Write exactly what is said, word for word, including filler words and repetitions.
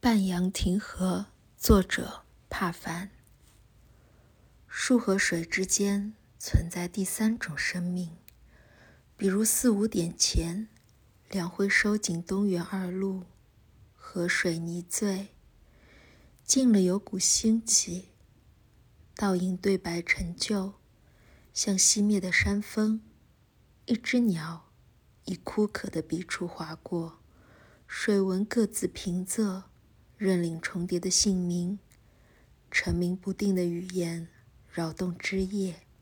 半阳庭河，作者帕凡。树和水之间存在第三种生命，比如四五点前，梁辉收紧东园二路，河水泥醉，近了有股腥气，倒影对白陈旧，像熄灭的山峰，一只鸟以枯渴的笔触划过，水纹各自平仄，认领重叠的姓名，沉鸣不定的语言扰动枝叶。